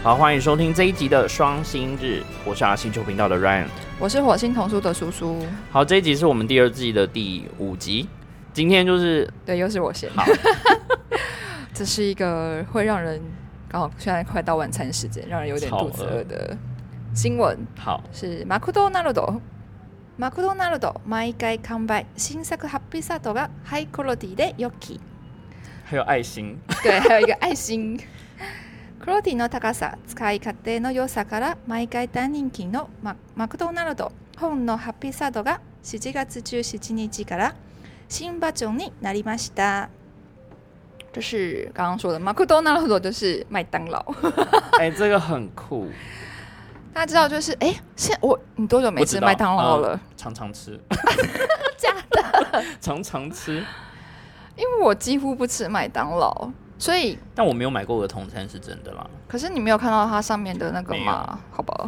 好，欢迎收听这一集的双星日，我是星球频道的 Ryan， 我是火星童书的叔叔。 好，这一集是我们第二季的第5集，今天就是对，又是我先。 好， 这是一个会让人刚好现在快到晚餐时间，让人有点肚子饿的新闻。 好， 是マクドナルド。マクドナルド毎回完売新作ハッピーサードがハイクオリティで良き。 还有爱心， 对，还有一个愛心。クオリティの高さ、使い勝手の良さから毎回大人気のマクドナルド本のハッピーサードが7月17日から新バージョンになりました。这是刚刚说的マクドナルド，就是麦当劳。 哎、这个很酷。 大家知道就是你多久没吃麦当劳了？ 常常吃。 假的？ 常常吃。 因为我几乎不吃麦当劳，所以但我没有买过我的同餐是真的啦。 可是你没有看到它上面的那个吗？好吧。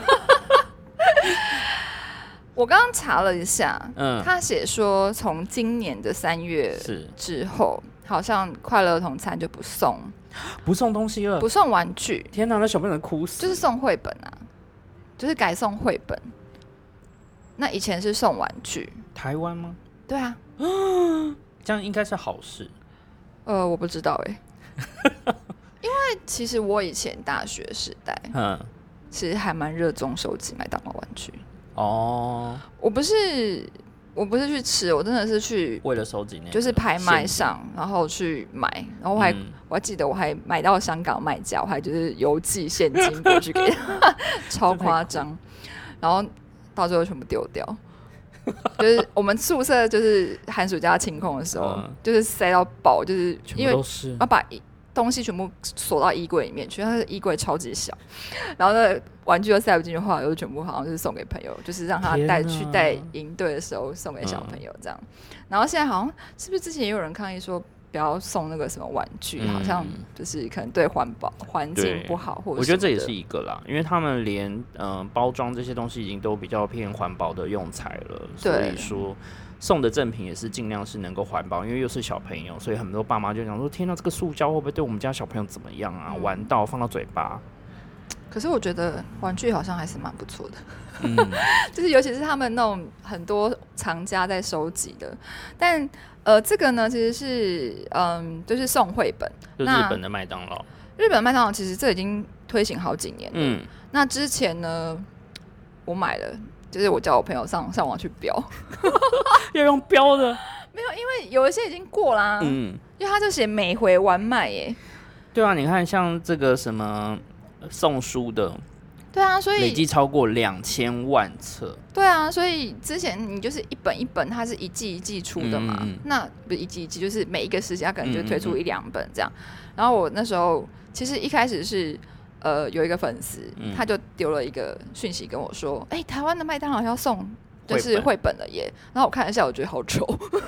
我刚刚查了一下，他写说从今年的3月之后，好像快乐儿童餐就不送东西了，不送玩具。 天哪，那小朋友哭死！ 就是送绘本啊，就是改送绘本。那以前是送玩具。 台湾吗？ 对啊。 这样应该是好事。 我不知道因为其实我以前大学时代，其实还蛮热衷收集麦当劳玩具。哦，我不是去吃，我真的是去为了收集那个， 就是拍卖上，然后去买，然后我还记得我还买到香港卖家，我还就是邮寄现金过去给他，超夸张，然后到最后全部丢掉。就是我们宿舍就是寒暑假清空的时候，就是塞到爆，就是因为要把东西全部锁到衣柜里面去，它的衣柜超级小，然后那玩具又塞不进去的话，又全部好像就是送给朋友，就是让他带营队的时候送给小朋友这样。然后现在好像是不是之前也有人抗议说不要送那个什么玩具，好像就是可能对环境不好，或者我觉得这也是一个啦，因为他们连包装这些东西已经都比较偏环保的用材了，所以说送的赠品也是尽量是能够环保，因为又是小朋友，所以很多爸妈就想说：天哪，这个塑胶会不会对我们家小朋友怎么样啊？玩到放到嘴巴。 可是我觉得玩具好像还是蛮不错的，就是尤其是他们那种很多藏家在收集的，但这个呢其实是就是送绘本， 就日本的麦当劳。 日本的麦当劳其实这已经推行好几年了。那之前呢，我买了，就是我叫我朋友上网去标， 要用标的？ 没有，因为有一些已经过啦。因为他就写每回完卖耶。对啊，你看像这个什么送书的， 对啊，所以累计超过2000万册。 对啊，所以之前你就是一本一本，它是一季一季出的嘛。那不是一季一季，就是每一个时期它可能就推出1-2本这样。然后我那时候其实一开始是有一个粉丝，他就丢了一个讯息跟我说：“台湾的麦当劳要送就是绘本了耶。”然后我看一下，我觉得好丑。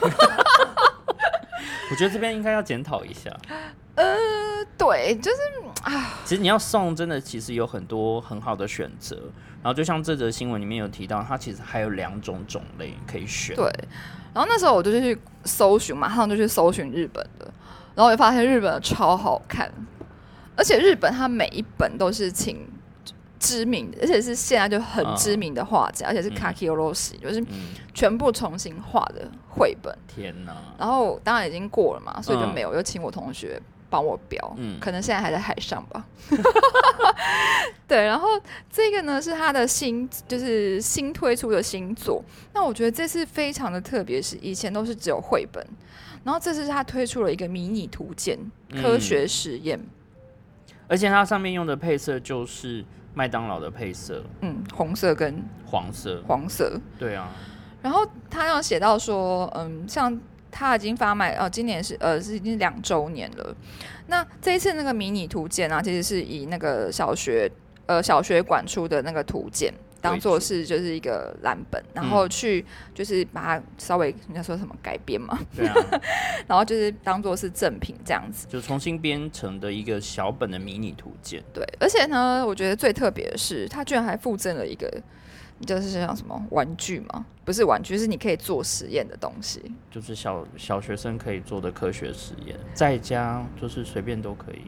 我觉得这边应该要检讨一下。 对，就是其实你要送，真的其实有很多很好的选择。然后就像这则新闻里面有提到，它其实还有2种种类可以选。 对，然后那时候我就去搜寻，马上就去搜寻日本的，然后我就发现日本的超好看，而且日本它每一本都是请知名的，而且是现在就很知名的画家，而且是 Kaki Oroshi，就是全部重新画的绘本。 天哪！ 然后当然已经过了嘛，所以就没有，又请我同学帮我标，可能现在还在海上吧。对，然后这个呢是他的就是新推出的新作。那我觉得这次非常的特别，是以前都是只有绘本，然后这次他推出了一个迷你图鉴，科学实验， 而且它上面用的配色就是麦当劳的配色， 红色跟黄色，对啊。 然后他要写到说，像他已经发卖，今年是已经2周年了。那这一次那个迷你图鉴啊，其实是以那个小学馆出的那个图鉴当做是就是一个蓝本，然后去就是把它稍微人家说什么改编嘛，对啊，然后就是当做是赠品这样子， 就重新编成的一个小本的迷你图鉴。 对，而且呢，我觉得最特别的是，它居然还附赠了一个，就是像什么玩具嘛，不是玩具，是你可以做实验的东西， 就是小学生可以做的科学实验，在家就是随便都可以。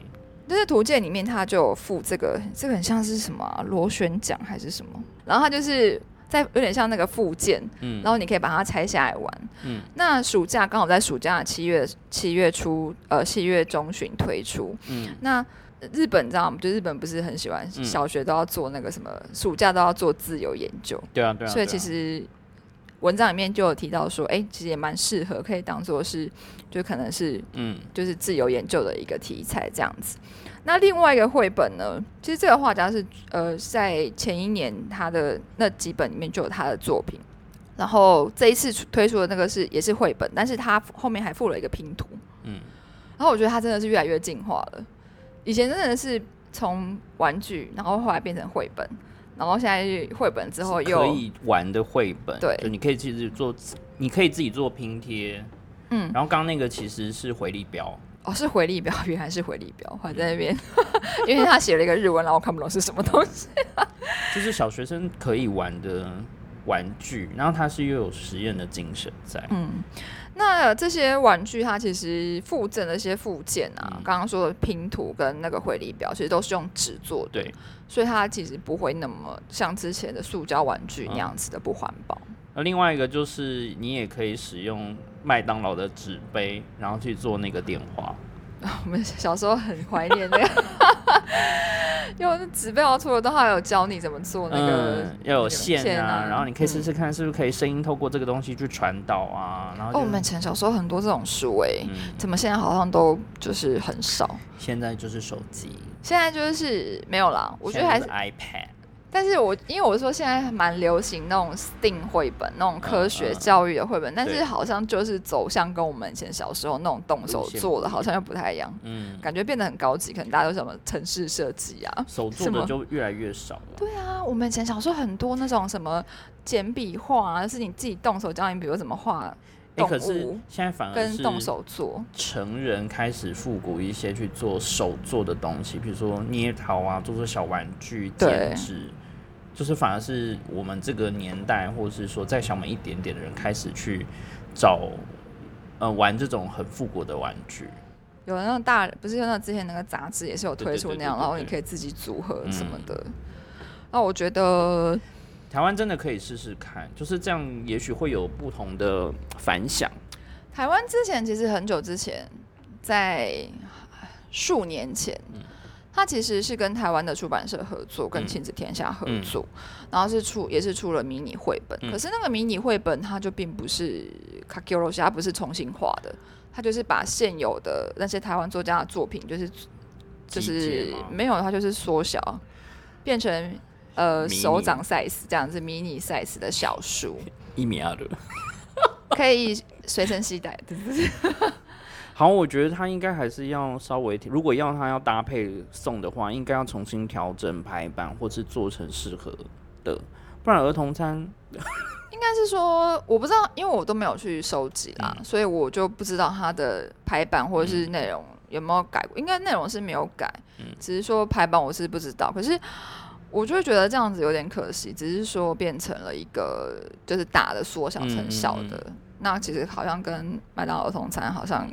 就是图鉴里面它就有附这个很像是什么螺旋桨还是什么，然后它就是在有点像那个附件，然后你可以把它拆下来玩。那暑假刚好在暑假7月初7月中旬推出。那日本你知道吗？就日本不是很喜欢小学都要做那个什么，暑假都要做自由研究。 对啊。 所以其实文章里面就有提到说，其实也蛮适合，可以当做是就可能是就是自由研究的一个题材这样子。那另外一个绘本呢，其实这个画家是在前一年他的那几本里面就有他的作品，然后这一次推出的那个也是绘本，但是他后面还附了一个拼图。然后我觉得他真的是越来越进化了，以前真的是从玩具，然后后来变成绘本，然后现在绘本之后又可以玩的绘本， 对， 就你可以自己做拼贴。然后刚刚那个其实是回力镖。 是回力镖，原来是回力镖，还在那边，因为他写了一个日文，然后我看不懂是什么东西。 就是小学生可以玩的玩具，然后它是又有实验的精神在。 那这些玩具它其实附赠的一些附件啊，刚刚说的拼图跟那个回力镖，其实都是用纸做的， 对， 所以它其实不会那么像之前的塑胶玩具那样子的不环保。 另外一个就是你也可以使用麦当劳的纸杯，然后去做那个电话。 我们小时候很怀念那个，因为纸杯要出的都还有教你怎么做那个， 要有线啊，然后你可以试试看是不是可以声音透过这个东西去传导啊。然后我们以前小时候很多这种书怎么现在好像都就是很少？ 现在就是手机， 现在就是没有啦。我觉得还是 iPad。 但是因为我说现在蛮流行那种 STEAM 绘本，那种科学教育的绘本，但是好像就是走向跟我们以前小时候那种动手做的，好像又不太一样。感觉变得很高级，可能大家都什么城市设计啊， 手做的就越来越少了。 对啊，我们以前小时候很多那种什么简笔画啊，是你自己动手教你，比如怎么画动物， 可是现在反而是跟动手做， 成人开始复古一些去做手做的东西，比如说捏陶啊，做小玩具、剪纸。就是反而是我们这个年代，或者是说再小我们一点点的人，开始去找玩这种很复古的玩具。 有那种不是那之前那个杂志也是有推出那样，然后你可以自己组合什么的。那我觉得台湾真的可以试试看，就是这样，也许会有不同的反响。 台湾之前其实很久之前，在数年前。他其实是跟台湾的出版社合作，跟亲子天下合作，然后也是出了迷你绘本。可是那个迷你绘本，它就并不是卡基罗西，它不是重新画的，它就是把现有的那些台湾作家的作品，就是没有，它就是缩小，变成手掌 size 这样子迷你 size 的小书 ，1.2米， 可以随身携带，对不对？ 好，我觉得他应该还是要稍微，如果他要搭配送的话，应该要重新调整排版，或是做成适合的，不然儿童餐应该是说我不知道，因为我都没有去收集啦，所以我就不知道它的排版或者是内容有没有改过，应该内容是没有改，只是说排版我是不知道，可是我就会觉得这样子有点可惜，只是说变成了一个就是大的缩小成小的。那其实好像跟麦当劳儿童餐好像，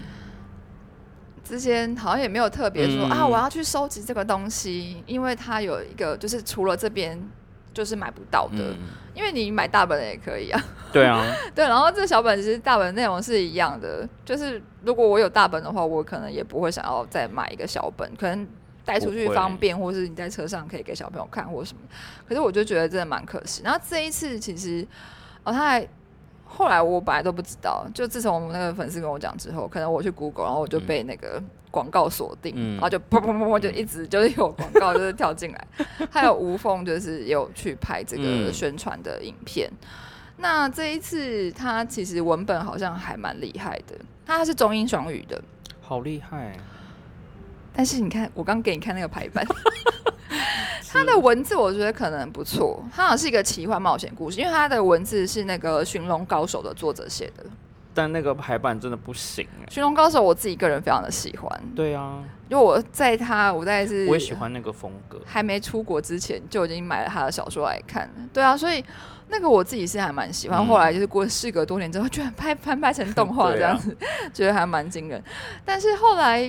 之前好像也没有特别说我要去收集这个东西，因为它有一个就是除了这边就是买不到的，因为你买大本的也可以啊。 对啊， 对，然后这小本其实大本内容是一样的，就是如果我有大本的话，我可能也不会想要再买一个小本，可能带出去方便，或是你在车上可以给小朋友看或什么。可是我就觉得真的蛮可惜。然后这一次其实后来我本来都不知道，就自从我们那个粉丝跟我讲之后，可能我去 Google， 然后我就被那个广告锁定，然后就砰砰砰就一直就是有广告就是跳进来。还有吴凤就是也有去拍这个宣传的影片。那这一次他其实文本好像还蛮厉害的，他是中英双语的， 好厉害。 但是你看我刚给你看那个排版。他的文字我觉得可能不错，他好像是一个奇幻冒险故事，因为他的文字是那个《寻龙高手》的作者写的， 但那个排版真的不行。 《寻龙高手》我自己个人非常的喜欢。 对啊， 因为我在我也喜欢那个风格， 还没出国之前就已经买了他的小说来看。对啊，所以那个我自己是还蛮喜欢。后来就是事隔多年之后，居然翻拍成动画这样子，觉得还蛮惊人。但是后来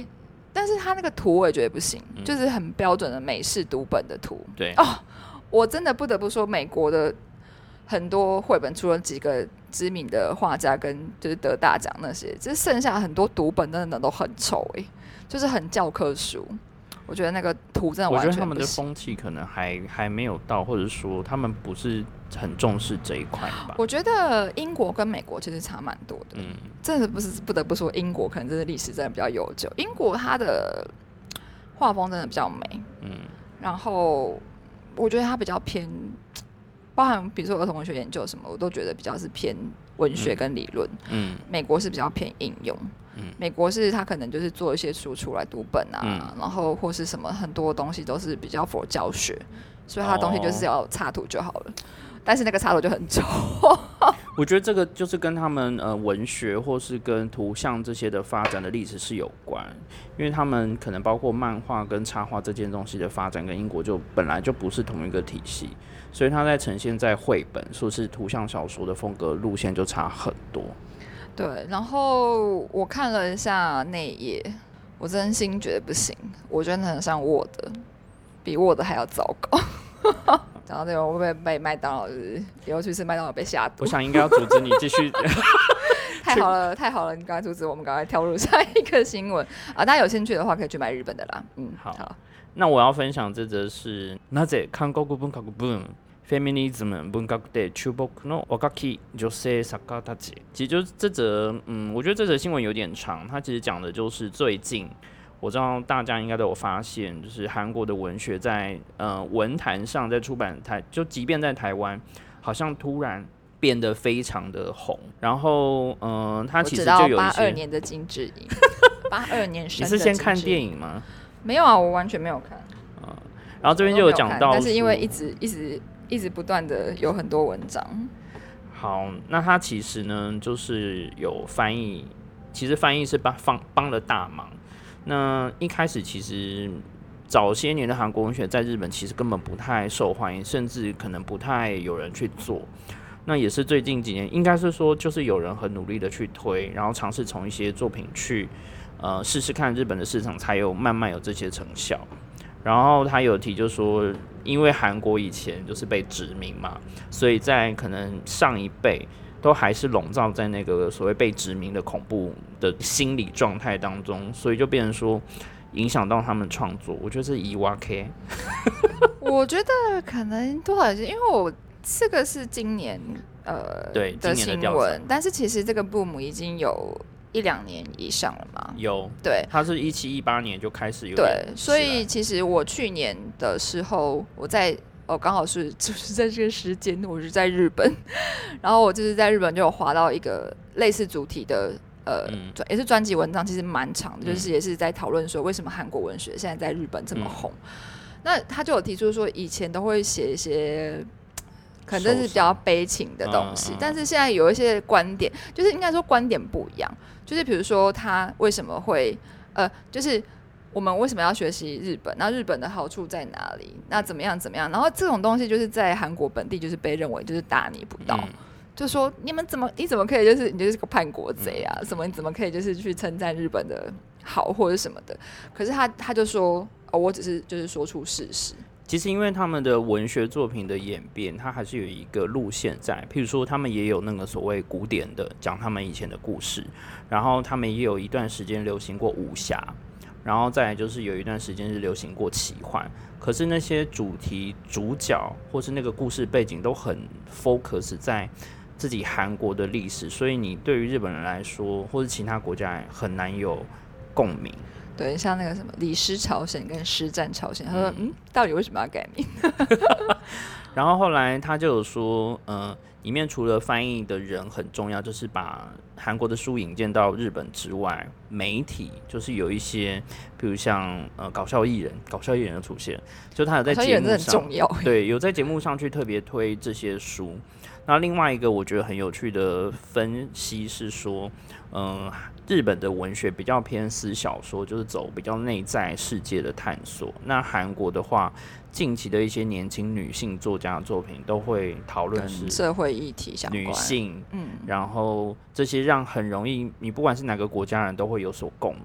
但是他那个图我也觉得不行，就是很标准的美式读本的图。 对我真的不得不说，美国的很多绘本，除了几个知名的画家跟就是得大奖那些，就是剩下很多读本真的都很丑就是很教科书。我觉得那个图真的完全不行。我觉得他们的风气可能还没有到，或者说他们不是很重视这一块吧。 我觉得英国跟美国其实差蛮多的，真的不得不说，英国可能真的历史真的比较悠久。英国它的画风真的比较美，然后我觉得它比较偏，包含比如说儿童文学研究什么，我都觉得比较是偏文学跟理论。美国是比较偏应用。美国是他可能就是做一些书出来读本啊，然后或是什么很多东西都是比较 for 教学，所以他的东西就是要插图就好了，但是那个插图就很丑。 我觉得这个就是跟他们文学或是跟图像这些的发展的历史是有关，因为他们可能包括漫画跟插画这件东西的发展跟英国就本来就不是同一个体系，所以它在呈现在绘本或是图像小说的风格路线就差很多。 对，然后我看了一下内页，我真心觉得不行，我觉得很像 Word， 比 Word 还要糟糕。讲到这个，我会不会被麦当劳就是以后去吃麦当劳被下毒？ 我想应该要阻止你继续。 太好了，太好了！你刚才阻止我们，赶快跳入下一个新闻啊！大家有興趣的話，可以去買日本的啦。 好。那我要分享这则是なぜ韓国文化ブーム。フェミニズム文学で注目の若き女性作家たち，其实就是这则，我觉得这则新闻有点长。它其实讲的就是最近，我知道大家应该都有发现，就是韩国的文学在文坛上，在出版台，就即便在台湾，好像突然变得非常的红。然后，它其实就有一些 82年的金智英，82年生的金智英。 你是先看电影吗？ 没有啊，我完全没有看。 然后这边就有讲到， 但是因为一直不断的有很多文章。 好，那他其实呢，就是有翻译，其实翻译是帮了大忙。那一开始其实早些年的韩国文学在日本其实根本不太受欢迎，甚至可能不太有人去做。那也是最近几年，应该是说就是有人很努力的去推，然后尝试从一些作品去试试看日本的市场，才有慢慢有这些成效。然后他有提就说，因为韩国以前就是被殖民嘛，所以在可能上一辈都还是笼罩在那个所谓被殖民的恐怖的心理状态当中，所以就变成说影响到他们创作。我觉得是伊瓦 K。 我觉得可能多少是因为我这个是今年对的新闻，但是其实这个 boom 已经有1-2年以上了嘛？ 有， 对， 它是17、18年就开始有。 对，所以其实我去年的时候，我刚好就是在这个时间，我是在日本，然后我就是在日本就有滑到一个类似主题的也是专辑文章，其实蛮长的，就是也是在讨论说为什么韩国文学现在在日本这么红。那他就有提出说，以前都会写一些可能是比较悲情的东西，但是现在有一些观点，就是应该说观点不一样，就是比如说他为什么会就是我们为什么要学习日本？那日本的好处在哪里？那怎么样？然后这种东西就是在韩国本地就是被认为就是大逆不道，就说你怎么可以就是你就是个叛国贼啊？什么你怎么可以就是去称赞日本的好或者什么的？可是他就说我只是就是说出事实。 其实因为他们的文学作品的演变，它还是有一个路线在。譬如说，他们也有那个所谓古典的，讲他们以前的故事，然后他们也有一段时间流行过武侠，然后再来就是有一段时间是流行过奇幻。可是那些主题、主角或是那个故事背景都很 focus 在自己韩国的历史，所以你对于日本人来说，或是其他国家很难有共鸣。 对，像那个什么李师朝鲜跟师战朝鲜，他说到底为什么要改名？ 然后后来他就有说，里面除了翻译的人很重要，就是把韩国的书引荐到日本之外，媒体就是有一些，比如像搞笑艺人的出现，就他有在节目上， 很重要， 对，有在节目上去特别推这些书。那另外一个我觉得很有趣的分析是说，日本的文学比较偏私小说，就是走比较内在世界的探索。那韩国的话，近期的一些年轻女性作家的作品都会讨论是社会议题相关， 女性，然后这些让很容易，你不管是哪个国家人都会有所共鸣。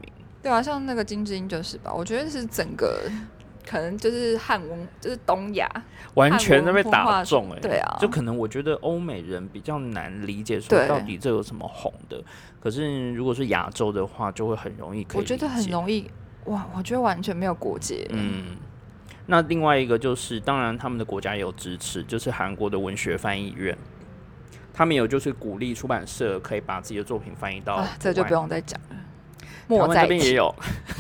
对啊，像那个金智英就是吧，我觉得是整个可能就是汉文，就是东亚完全都被打中对啊， 就可能我觉得欧美人比较难理解说到底这有什么红的，可是如果是亚洲的话，就会很容易可以理解。 我觉得很容易，哇，我觉得完全没有国界。 那另外一个就是，当然他们的国家也有支持，就是韩国的文学翻译院，他们有就是鼓励出版社可以把自己的作品翻译到这就不用再讲了。 台湾这边也有。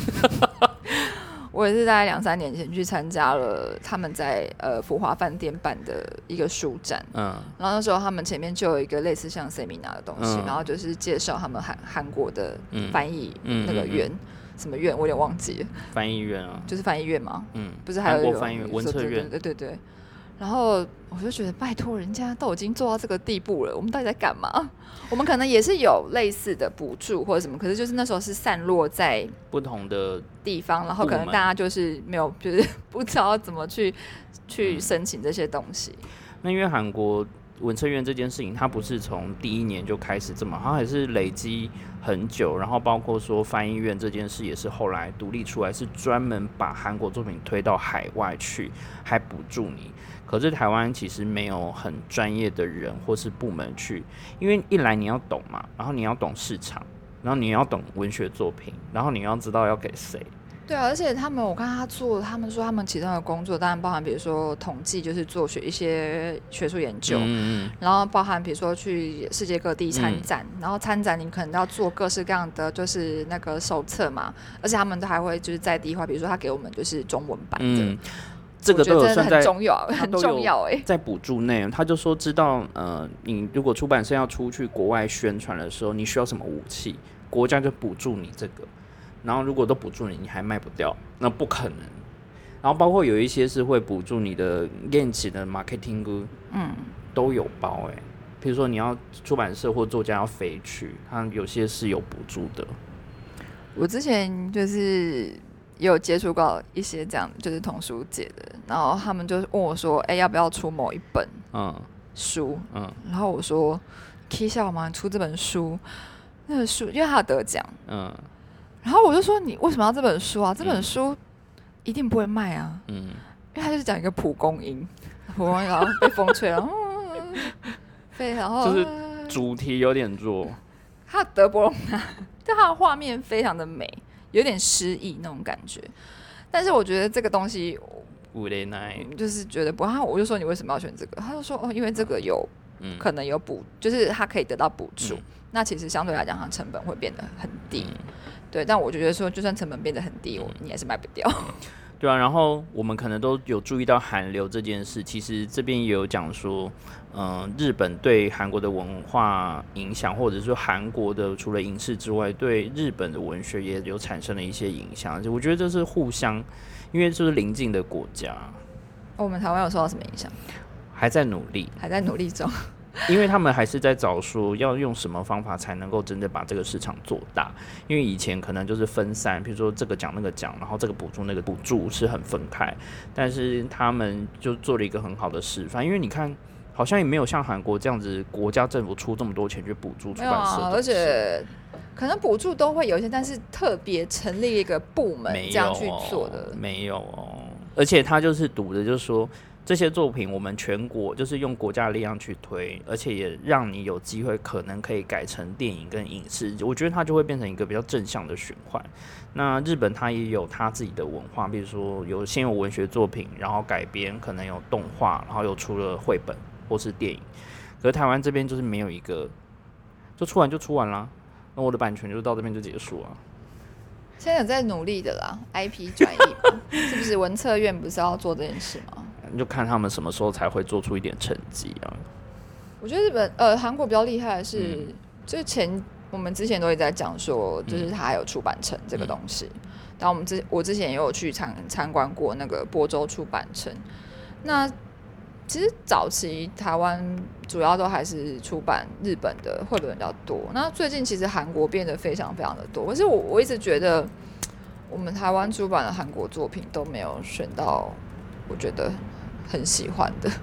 我也是在2-3年前去参加了他们在福华饭店办的一个书展，然后那时候他们前面就有一个类似像 seminar 的东西，然后就是介绍他们韩国的翻译那个院。什么院我有点忘记了， 翻译院啊， 就是翻译院吗？不是还有韩国翻译院、文策院， 对。然后我就觉得，拜托，人家都已经做到这个地步了，我们到底在干嘛？我们可能也是有类似的补助或者什么，可是就是那时候是散落在不同的地方，然后可能大家就是没有，就是不知道怎么去申请这些东西。 那因为韩国文策院这件事情，它不是从第1年就开始这么，它还是累积很久，然后包括说翻译院这件事也是后来独立出来，是专门把韩国作品推到海外去，还补助你。可是台湾其实没有很专业的人或是部门去，因为一来你要懂嘛，然后你要懂市场，然后你要懂文学作品，然后你要知道要给谁。 对啊，而且我看他们说他们其中的工作当然包含比如说统计，就是做一些学术研究，然后包含比如说去世界各地参展，然后参展你可能要做各式各样的就是那个手册嘛，而且他们都还会就是在地化，比如说他给我们就是中文版的。 这个都有算在很重要在补助内，他就说知道你如果出版社要出去国外宣传的时候，你需要什么武器，国家就补助你这个。然后如果都补助你，你还卖不掉，那不可能。然后包括有一些是会补助你的现地的 marketing， 都有包比如说你要出版社或作家要飞去，他有些是有补助的。 我之前就是也有接触过一些这样就是童书界的，然后他们就问我说：“要不要出某一本书？”然后我说：“可以笑吗？出这本书？那个书因为他有得奖。”然后我就说：“你为什么要这本书啊？这本书一定不会卖啊！因为他就是讲一个蒲公英，然后被风吹了，然后就是主题有点弱。 他的德伯龙纳，但他的画面非常的美，有点诗意那种感觉。但是我觉得这个东西，就是觉得不好。我就说你为什么要选这个？他就说因为这个有可能有就是他可以得到补助。那其实相对来讲，它成本会变得很低。对，但我就觉得说，就算成本变得很低，你还是卖不掉。 对啊，然后我们可能都有注意到韩流这件事，其实这边也有讲说，日本对韩国的文化影响，或者说韩国的除了影视之外，对日本的文学也有产生了一些影响。我觉得这是互相，因为就是邻近的国家。 我们台湾有受到什么影响？ 还在努力中。 因为他们还是在找说要用什么方法才能够真的把这个市场做大，因为以前可能就是分散，比如说这个奖那个奖，然后这个补助那个补助是很分开，但是他们就做了一个很好的示范，因为你看好像也没有像韩国这样子国家政府出这么多钱去补助出版社， 而且可能补助都会有一些，但是特别成立一个部门这样去做的没有而且他就是赌的就是说这些作品我们全国就是用国家的力量去推，而且也让你有机会可能可以改成电影跟影视，我觉得它就会变成一个比较正向的循环。那日本它也有它自己的文化，比如说先有文学作品，然后改编，可能有动画，然后又出了绘本或是电影。可是台湾这边就是没有一个，就出完就出完啦，那我的版权就到这边就结束了。 现在有在努力的啦 ，IP 转移嘛，是不是？文策院不是要做这件事吗？ 就看他们什么时候才会做出一点成绩啊。 我觉得日本韩国比较厉害的是，就是我们之前都一直在讲说，就是它还有出版城这个东西。然后我之前也有去参观过那个播州出版城。那其实早期台湾主要都还是出版日本的绘本比较多。那最近其实韩国变得非常非常的多，可是我一直觉得我们台湾出版的韩国作品都没有选到我觉得很喜欢的。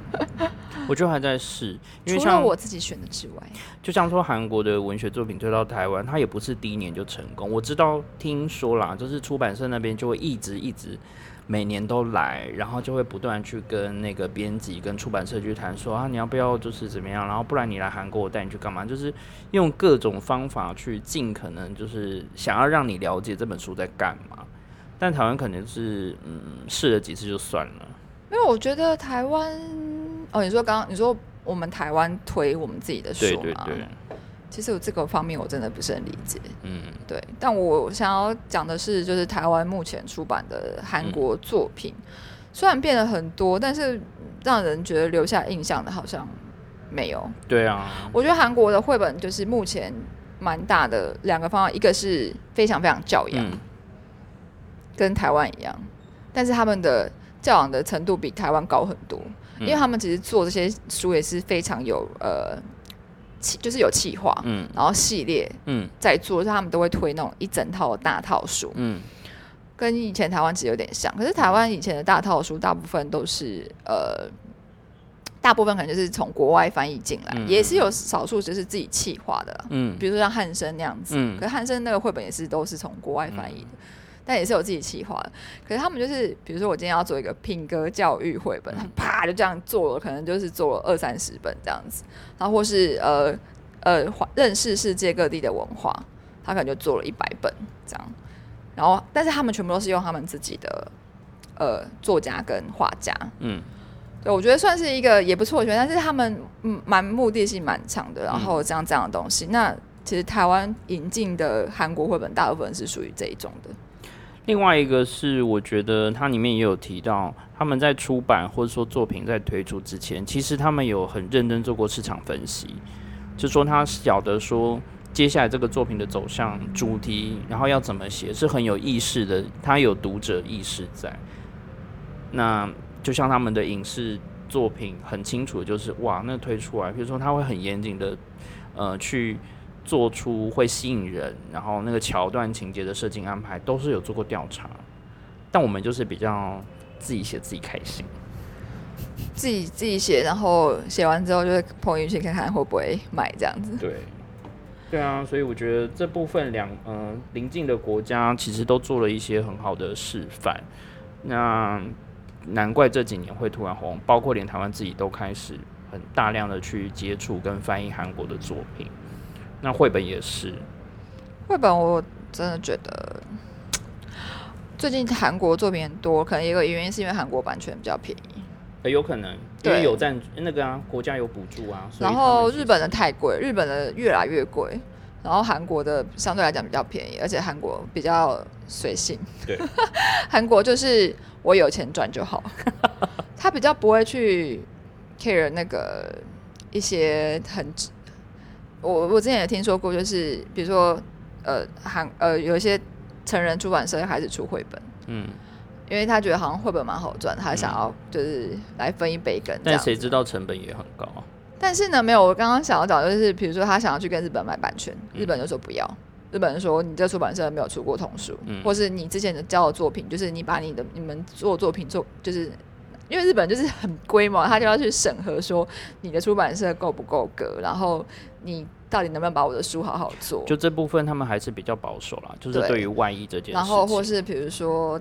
我觉得还在试，因为除了我自己选的之外， 就像说韩国的文学作品推到台湾，它也不是第一年就成功。我知道，听说啦，就是出版社那边就会一直每年都来，然后就会不断去跟那个编辑跟出版社去谈说啊，你要不要就是怎么样，然后不然你来韩国，我带你去干嘛？就是用各种方法去尽可能就是想要让你了解这本书在干嘛。但台湾可能是试了几次就算了。 因为我觉得台湾你说我们台湾推我们自己的书嘛， 对， 其实我这个方面我真的不是很理解，对。但我想要讲的是，就是台湾目前出版的韩国作品，虽然变了很多，但是让人觉得留下印象的好像没有。 对啊， 我觉得韩国的绘本就是目前蛮大的两个方向，一个是非常非常教养，跟台湾一样，但是他们的教养的程度比台湾高很多，因为他们其实做这些书也是非常有就是有企划，然后系列在做，他们都会推那种一整套的大套书，跟以前台湾其实有点像。可是台湾以前的大套书大部分都是大部分可能就是从国外翻译进来，也是有少数就是自己企划的啦，比如说像汉生那样子，可是汉生那个绘本也是都是从国外翻译的。但也是有自己企划的，可是他们就是，比如说我今天要做一个品格教育绘本，啪就这样做了，可能就是做了20-30本这样子，然后或是认识世界各地的文化，他可能就做了100本这样，然后但是他们全部都是用他们自己的作家跟画家，对，我觉得算是一个也不错的选择，但是他们蛮目的性蛮强的，然后这样的东西，那其实台湾引进的韩国绘本大部分是属于这一种的。 另外一个是，我觉得它里面也有提到，他们在出版或者说作品在推出之前，其实他们有很认真做过市场分析，就说他晓得说接下来这个作品的走向、主题，然后要怎么写，是很有意识的，他有读者意识在。那就像他们的影视作品，很清楚的就是哇，那推出来，比如说他会很严谨的去做出会吸引人，然后那个桥段情节的设计安排都是有做过调查，但我们就是比较自己写自己开心， 自己写，然后写完之后就会碰运气看看会不会买这样子。 对啊，所以我觉得这部分邻近的国家其实都做了一些很好的示范，那难怪这几年会突然红，包括连台湾自己都开始很大量的去接触跟翻译韩国的作品。那绘本也是， 绘本我真的觉得最近韩国作品很多，可能也有原因是因为韩国版权比较便宜， 有可能因为有那个啊，国家有补助啊， 然后日本的太贵，日本的越来越贵，然后韩国的相对来讲比较便宜，而且韩国比较随性， 对， 韩国就是我有钱赚就好，他比较不会去 care 那个一些很。我之前也听说过，就是比如说有一些成人出版社开始出绘本，因为他觉得好像绘本蛮好赚，他想要就是来分一杯羹这样。 但谁知道成本也很高。 但是呢，没有，我刚刚想要讲就是，比如说他想要去跟日本买版权，日本就说不要，日本人说你这出版社没有出过童书，或是你之前的交的作品，就是你把你们做作品做就是。因为日本就是很规模，他就要去审核说你的出版社够不够格，然后你到底能不能把我的书好好做。 就这部分他们还是比较保守啦，就是对于外译这件事情。 然后或是比如说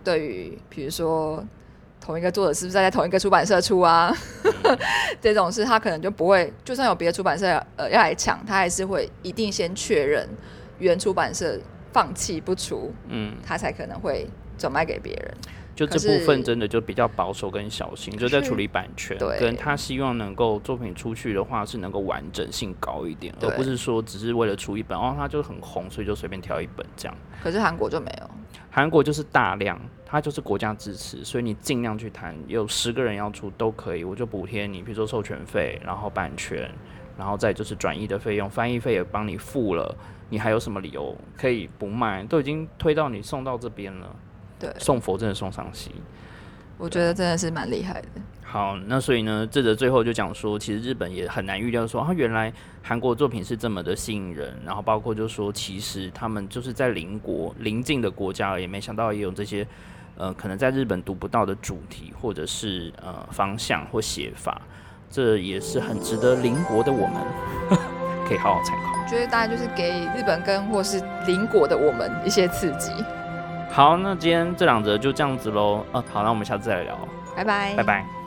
同一个作者是不是在同一个出版社出啊？这种事他可能就不会，就算有别的出版社要来抢，他还是会一定先确认原出版社放弃不出，他才可能会转卖给别人。 就这部分真的就比较保守跟小心，就在处理版权，跟他希望能够作品出去的话是能够完整性高一点，而不是说只是为了出一本他就很红，所以就随便挑一本这样。 可是韩国就没有， 韩国就是大量，它就是国家支持，所以你尽量去谈，有10个人要出都可以，我就补贴你，比如说授权费，然后版权，然后再就是转译的费用，翻译费也帮你付了，你还有什么理由可以不卖？都已经推到你送到这边了。 对， 送佛真的送上西， 我觉得真的是蛮厉害的。 好，那所以呢，这则最后就讲说，其实日本也很难预料说，原来韩国作品是这么的吸引人，然后包括就说，其实他们就是在邻近的国家而已，没想到也有这些可能在日本读不到的主题或者是方向或写法。 这也是很值得邻国的我们可以好好参考。 我觉得大概就是给日本跟或是邻国的我们一些刺激。 好，那今天这2则就这样子咯。好，那我们下次再来聊。 拜拜。 拜拜。